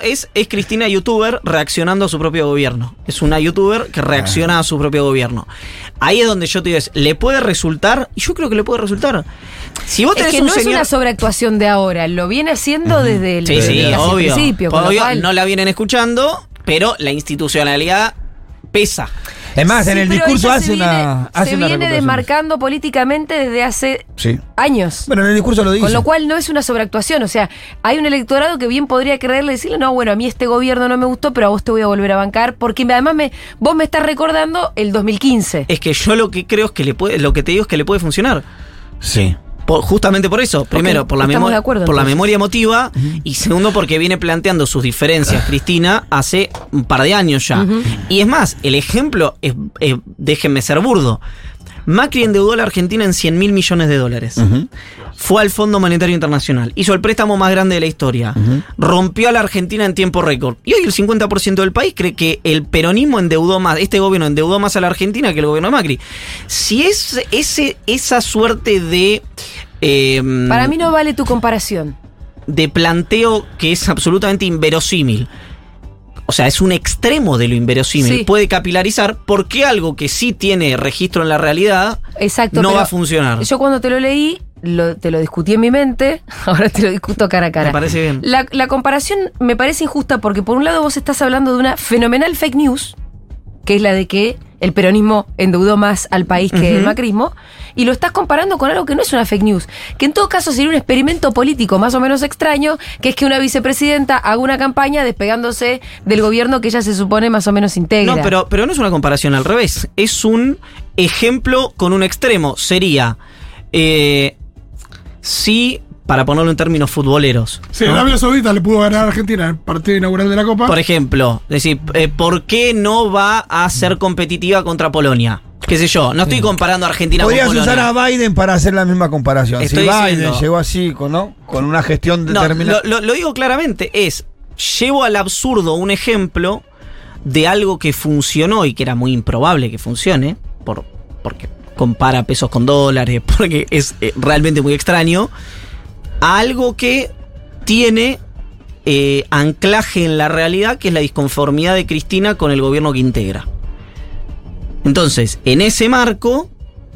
Es Cristina youtuber reaccionando a su propio gobierno. Es una youtuber que reacciona a su propio gobierno. Ahí es donde yo te digo, ¿le puede resultar? Y yo creo que le puede resultar. Si vos Es tenés que un no es señor... una sobreactuación de ahora, lo viene haciendo desde el, Sí, desde casi el obvio. principio. Con lo Obvio, cual- no la vienen escuchando, pero la institucionalidad pesa. Es más, Sí, en el pero discurso ella hace se viene, una. se Hace una viene recuperación. desmarcando políticamente desde hace Sí. años. Bueno, en el discurso lo dice. Con lo cual no es una sobreactuación. O sea, hay un electorado que bien podría creerle y decirle, no, bueno, a mí este gobierno no me gustó, pero a vos te voy a volver a bancar, porque además vos me estás recordando el 2015. Es que yo lo que creo es que lo que te digo es que le puede funcionar. Sí. Justamente por eso. Primero, por la, estamos de acuerdo, por la entonces. memoria emotiva. Y segundo, porque viene planteando sus diferencias, Cristina, hace un par de años ya. Y es más, el ejemplo es, déjenme ser burdo. Macri endeudó a la Argentina en 100.000 millones de dólares. Fue al Fondo Monetario Internacional. Hizo el préstamo más grande de la historia. Rompió a la Argentina en tiempo récord. Y hoy el 50% del país cree que el peronismo endeudó más, este gobierno endeudó más a la Argentina que el gobierno de Macri. Si es esa suerte de... Para mí no vale tu comparación. de planteo que es absolutamente inverosímil. O sea, es un extremo de lo inverosímil. Sí. Puede capilarizar porque algo que sí tiene registro en la realidad Exacto. no pero va a funcionar. Yo cuando te lo leí, te lo discutí en mi mente, ahora te lo discuto cara a cara. Me parece bien. La comparación me parece injusta porque por un lado vos estás hablando de una fenomenal fake news, que es la de que el peronismo endeudó más al país que el macrismo, y lo estás comparando con algo que no es una fake news, que en todo caso sería un experimento político más o menos extraño, que es que una vicepresidenta haga una campaña despegándose del gobierno que ella se supone más o menos integra. No, pero no es una comparación al revés. Es un ejemplo con un extremo. Sería, si, para ponerlo en términos futboleros, Sí, ¿no? Arabia Saudita le pudo ganar a Argentina en el partido inaugural de la Copa. Por ejemplo, decir, ¿por qué no va a ser competitiva contra Polonia? Qué sé yo, no estoy comparando a Argentina Podrías con Polonia. usar a Biden para hacer la misma comparación. Estoy si Biden diciendo- llegó así, ¿no? Con una gestión No, determinada. lo digo claramente, llevo al absurdo un ejemplo de algo que funcionó y que era muy improbable que funcione, porque compara pesos con dólares, porque es realmente muy extraño, a algo que tiene anclaje en la realidad, que es la disconformidad de Cristina con el gobierno que integra. Entonces, en ese marco,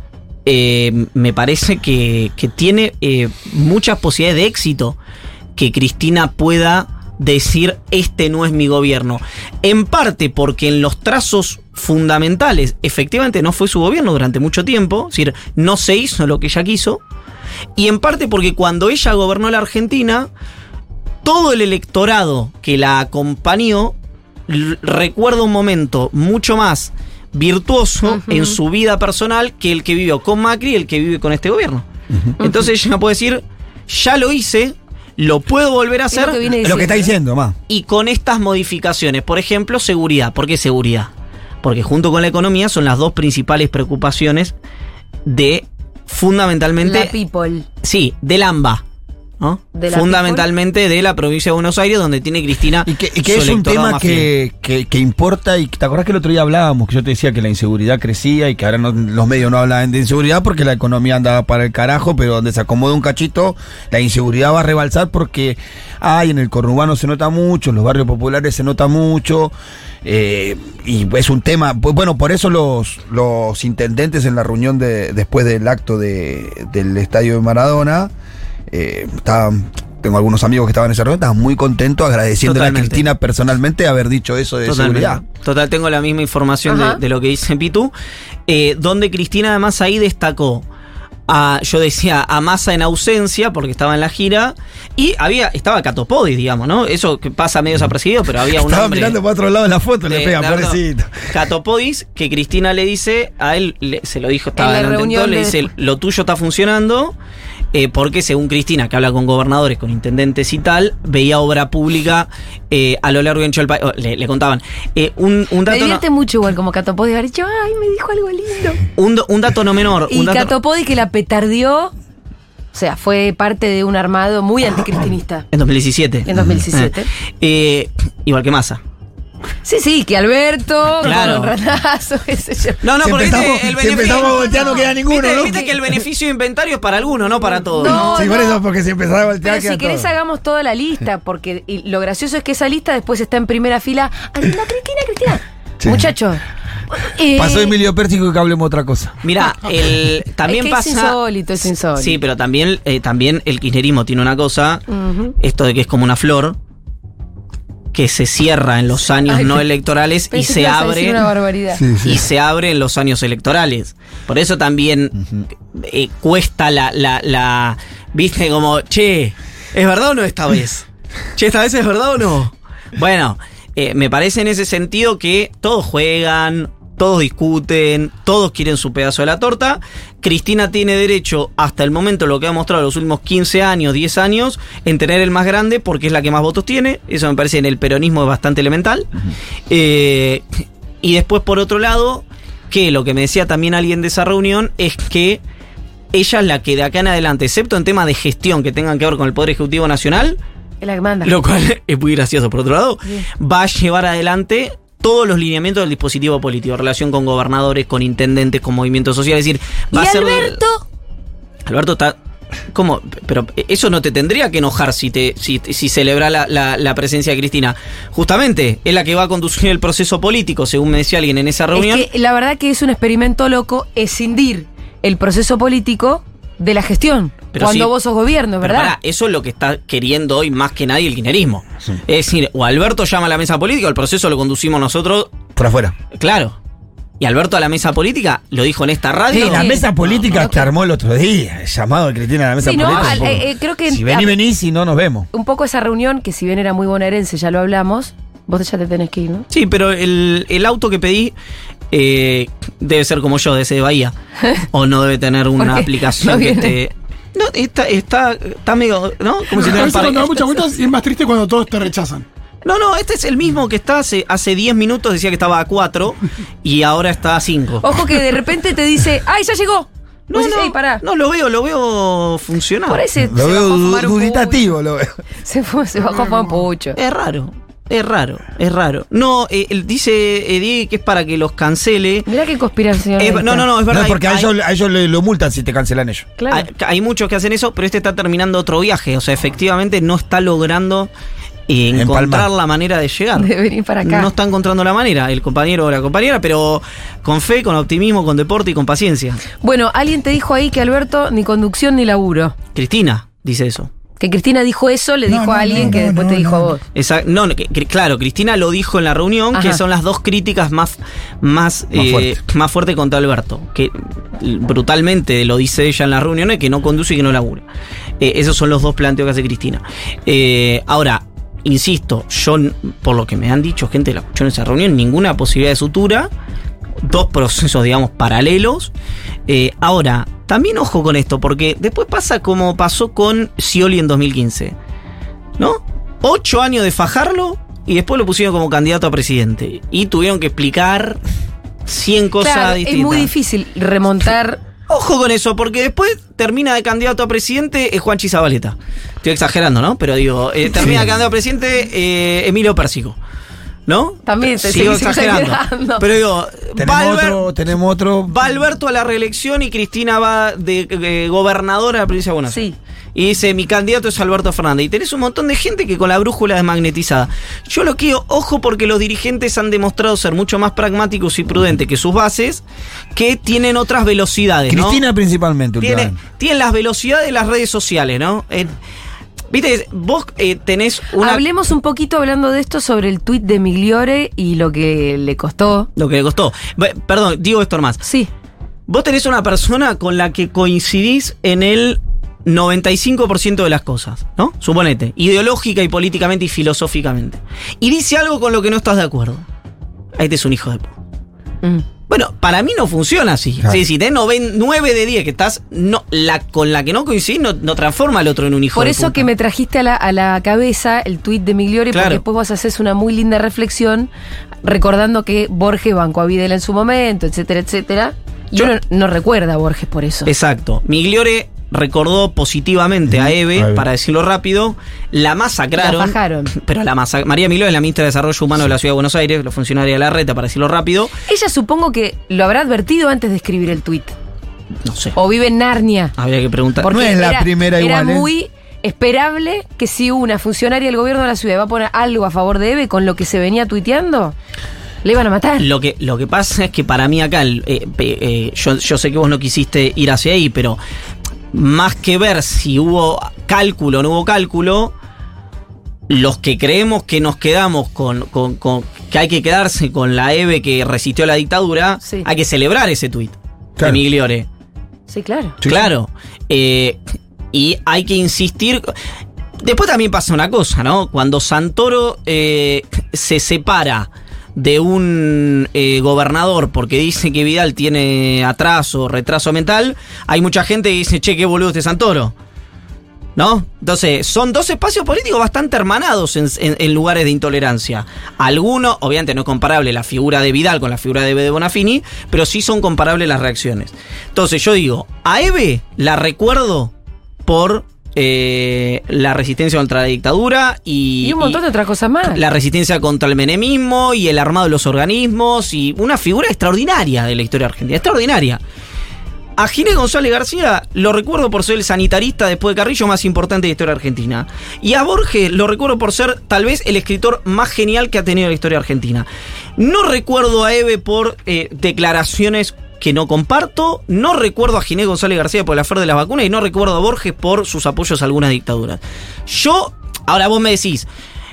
me parece que tiene muchas posibilidades de éxito que Cristina pueda decir: este no es mi gobierno. En parte porque en los trazos fundamentales efectivamente no fue su gobierno durante mucho tiempo, es decir, no se hizo lo que ella quiso, y en parte porque cuando ella gobernó la Argentina, todo el electorado que la acompañó recuerda un momento mucho más virtuoso en su vida personal que el que vivió con Macri y el que vive con este gobierno. Entonces ella puede decir: ya lo hice, lo puedo volver a hacer. Lo que está diciendo, ma. Y con estas modificaciones, por ejemplo, seguridad. ¿Por qué seguridad? Porque junto con la economía son las dos principales preocupaciones de, fundamentalmente, la people. Sí, del AMBA, ¿no? Fundamentalmente de la provincia de Buenos Aires, donde tiene Cristina. Y que es un tema que importa. Y te acordás que el otro día hablábamos, que yo te decía que la inseguridad crecía y que ahora los medios no hablaban de inseguridad porque la economía andaba para el carajo, pero donde se acomoda un cachito, la inseguridad va a rebalsar porque en el conurbano se nota mucho, en los barrios populares se nota mucho. Y es un tema, bueno, por eso los intendentes en la reunión después del acto del estadio de Maradona, tengo algunos amigos que estaban en esa reunión, estaban muy contentos, agradeciéndole a Cristina personalmente haber dicho eso de seguridad. Total, tengo la misma información de lo que dice Pitu, donde Cristina además ahí destacó yo decía a Massa en ausencia porque estaba en la gira, y estaba Catopodis, digamos, ¿no? Eso que pasa medio desapercibido, pero había un estaba hombre mirando para otro lado en la foto, le pega, pobrecito. Catopodis, que Cristina le dice a él, se lo dijo, estaba en la reunión, le dice: lo tuyo está funcionando. Porque según Cristina, que habla con gobernadores, con intendentes y tal, veía obra pública a lo largo y ancho del país. Le contaban. Un dato. Me divierte mucho igual como Catopodis haber dicho: ay, me dijo algo lindo. Un dato no menor. Y Catopodis que la petardeó, o sea, fue parte de un armado muy anticristinista. En 2017. En 2017. Igual que Massa. Sí, que Alberto, claro, con Ranazo, qué sé yo. No, porque si empezamos a voltear no queda ninguno, ¿no? Viste que el beneficio de inventario es para algunos, no para todos. Sí, por eso, porque si empezamos a voltear pero si querés todo. Hagamos toda la lista, porque lo gracioso es que esa lista después está en primera fila. ¡Anda, Cristina! Sí. Muchachos. Pasó Emilio Pérsico y que hablemos otra cosa. Mirá, también es pasa. Es insólito. Sí, pero también el kirchnerismo tiene una cosa, esto de que es como una flor que se cierra en los años no electorales y se abre. Una barbaridad. Y se abre en los años electorales. Por eso también cuesta la viste, como, che, ¿es verdad o no esta vez? Che, ¿esta vez es verdad o no? Bueno, me parece en ese sentido que todos juegan, todos discuten, todos quieren su pedazo de la torta. Cristina tiene derecho, hasta el momento, lo que ha mostrado los últimos 15 años, 10 años, en tener el más grande porque es la que más votos tiene. Eso me parece en el peronismo es bastante elemental. Y después, por otro lado, que lo que me decía también alguien de esa reunión es que ella es la que de acá en adelante, excepto en temas de gestión que tengan que ver con el Poder Ejecutivo Nacional, es la que manda. Lo cual es muy gracioso, por otro lado, va a llevar adelante todos los lineamientos del dispositivo político, relación con gobernadores, con intendentes, con movimientos sociales. Es decir, va ¿Y a ser. Alberto está. ¿Cómo? Pero eso no te tendría que enojar si celebra la presencia de Cristina. Justamente, es la que va a conducir el proceso político, según me decía alguien en esa reunión. Es que la verdad que es un experimento loco escindir el proceso político de la gestión. Pero cuando vos sos gobierno, ¿verdad? Eso es lo que está queriendo hoy más que nadie el kirchnerismo. Sí. Es decir, o Alberto llama a la mesa política, o el proceso lo conducimos nosotros. Por afuera. Claro. Y Alberto a la mesa política lo dijo en esta radio. Sí, la mesa política que armó el otro día. El llamado de Cristina a la mesa política. Creo que si venís, si no nos vemos. Un poco esa reunión, que si bien era muy bonaerense, ya lo hablamos. Vos ya te tenés que ir, ¿no? Sí, pero el auto que pedí debe ser como yo, de ese de Bahía. O no debe tener una aplicación que esté. No, está medio, ¿no? Como si a veces cuando da muchas vueltas y es más triste cuando todos te rechazan. No, este es el mismo que está hace 10 minutos, decía que estaba a 4 y ahora está a 5. Ojo que de repente te dice, ¡ay, ya llegó! Pará. No, lo veo funcionar. Por ese lo veo duditativo, lo veo. Se bajó a fumar un pucho. Es raro. Es raro. No, dice Diego que es para que los cancele. Mirá qué conspiración. No, es verdad. No, porque a ellos lo multan si te cancelan ellos. Claro. Hay muchos que hacen eso, pero este está terminando otro viaje. O sea, efectivamente no está logrando encontrar Empalmar. la manera de llegar. De venir para acá. No está encontrando la manera, el compañero o la compañera, pero con fe, con optimismo, con deporte y con paciencia. Bueno, alguien te dijo ahí que Alberto ni conducción ni laburo. Cristina dice eso. Que Cristina dijo eso, le dijo a alguien que después te dijo a vos. Claro, Cristina lo dijo en la reunión, Ajá. que son las dos críticas más fuertes contra Alberto. Que brutalmente lo dice ella en la reunión, que no conduce y que no labura. Esos son los dos planteos que hace Cristina. Ahora, insisto, yo, por lo que me han dicho gente que la escuchó en esa reunión, ninguna posibilidad de sutura. Dos procesos, digamos, paralelos. Ahora, también ojo con esto, porque después pasa como pasó con Scioli en 2015, ¿no? 8 años de fajarlo y después lo pusieron como candidato a presidente. Y tuvieron que explicar 100 cosas Claro, distintas. es muy difícil remontar. Ojo con eso, porque después termina de candidato a presidente Juanchi Zabaleta. Estoy exagerando, ¿no? Pero digo, termina de candidato a presidente Emilio Pérsico. ¿No? También te sigo seguís exagerando. Pero digo, Tenemos otro. va Alberto a la reelección y Cristina va de gobernadora de la provincia de Buenos Aires. Sí. Y dice, mi candidato es Alberto Fernández. Y tenés un montón de gente que con la brújula desmagnetizada. Yo lo quiero, ojo, porque los dirigentes han demostrado ser mucho más pragmáticos y prudentes que sus bases, que tienen otras velocidades, ¿no? Cristina principalmente, últimamente. Tienen las velocidades de las redes sociales, ¿no? Viste, vos tenés una... Hablemos un poquito hablando de esto sobre el tuit de Migliore y lo que le costó. Lo que le costó. Perdón, digo esto nomás. Sí. Vos tenés una persona con la que coincidís en el 95% de las cosas, ¿no? Suponete, ideológica y políticamente y filosóficamente. Y dice algo con lo que no estás de acuerdo. Ahí te es un hijo de puta. Bueno, para mí no funciona así. Claro. Sí, si tenés 9 de 10 que estás con la que no coincidís, no transforma al otro en un hijo Por de eso puta. que me trajiste a la cabeza el tuit de Migliore, Claro. porque después vos haces una muy linda reflexión recordando que Borges bancó a Videla en su momento, etcétera, etcétera. Y Yo- uno no recuerda a Borges por eso. Exacto. Migliore recordó positivamente a Eve, para decirlo rápido, la masacraron. La fajaron. Pero María Migliore es la ministra de Desarrollo Humano de la Ciudad de Buenos Aires, la funcionaria de la reta, para decirlo rápido. Ella supongo que lo habrá advertido antes de escribir el tuit. No sé. O vive en Narnia. Habría que preguntar. Porque No es la primera era igual, ¿eh? muy esperable que si una funcionaria del gobierno de la ciudad va a poner algo a favor de Eve con lo que se venía tuiteando, le iban a matar. Lo que pasa es que para mí acá, yo sé que vos no quisiste ir hacia ahí, pero más que ver si hubo cálculo o no hubo cálculo, los que creemos que nos quedamos con que hay que quedarse con la Eve que resistió a la dictadura, Sí. hay que celebrar ese tuit de Claro. Migliore. Sí, claro. Sí, Claro. Y hay que insistir. Después también pasa una cosa, ¿no? Cuando Santoro se separa de un gobernador porque dice que Vidal tiene atraso, retraso mental, hay mucha gente que dice, che, qué boludo este Santoro, ¿no? Entonces, son dos espacios políticos bastante hermanados en lugares de intolerancia. Algunos, obviamente no es comparable la figura de Vidal con la figura de Bonafini, pero sí son comparables las reacciones. Entonces, yo digo, a Eve la recuerdo por la resistencia contra la dictadura Y un montón de otras cosas más. la resistencia contra el menemismo y el armado de los organismos y una figura extraordinaria de la historia argentina, extraordinaria. A Ginés González García lo recuerdo por ser el sanitarista después de Carrillo más importante de la historia argentina. Y a Borges lo recuerdo por ser tal vez el escritor más genial que ha tenido la historia argentina. No recuerdo a Eve por declaraciones que no comparto, no recuerdo a Ginés González García por la afer de las vacunas y no recuerdo a Borges por sus apoyos a algunas dictaduras. Ahora vos me decís,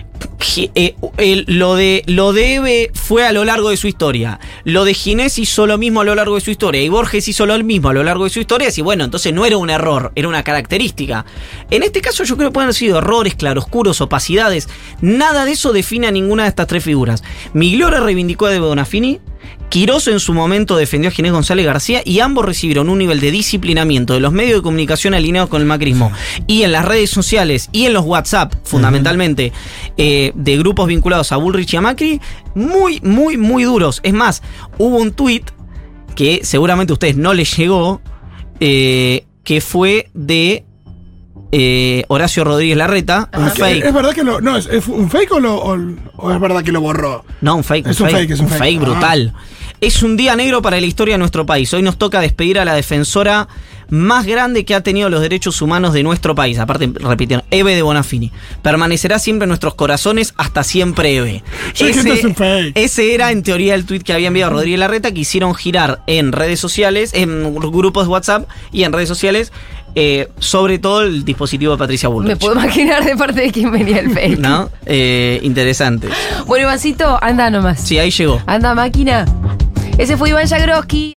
lo de Eve fue a lo largo de su historia, lo de Ginés hizo lo mismo a lo largo de su historia y Borges hizo lo mismo a lo largo de su historia, y bueno, entonces no era un error, era una característica. En este caso yo creo que pueden haber sido errores, claroscuros, opacidades, nada de eso define a ninguna de estas tres figuras. Migliore reivindicó a De Bonafini, Quirós en su momento defendió a Ginés González García y ambos recibieron un nivel de disciplinamiento de los medios de comunicación alineados con el macrismo y en las redes sociales y en los WhatsApp, fundamentalmente, de grupos vinculados a Bullrich y a Macri, muy, muy, muy duros. Es más, hubo un tuit que seguramente a ustedes no les llegó, que fue de Horacio Rodríguez Larreta, un fake. ¿Es verdad que es un fake o es verdad que lo borró? No, un fake. Es un fake Brutal. Es un día negro para la historia de nuestro país. Hoy nos toca despedir a la defensora más grande que ha tenido los derechos humanos de nuestro país. Aparte, repitieron, Eve de Bonafini. Permanecerá siempre en nuestros corazones, hasta siempre Eve. Ese era, en teoría, el tuit que había enviado Rodríguez Larreta, que hicieron girar en redes sociales, en grupos de WhatsApp y en redes sociales, sobre todo el dispositivo de Patricia Bullrich. Me puedo imaginar de parte de quién venía el fake. ¿No? Interesante. Bueno, Ivancito, anda nomás. Sí, ahí llegó. Anda, máquina. Ese fue Iván Jagroski.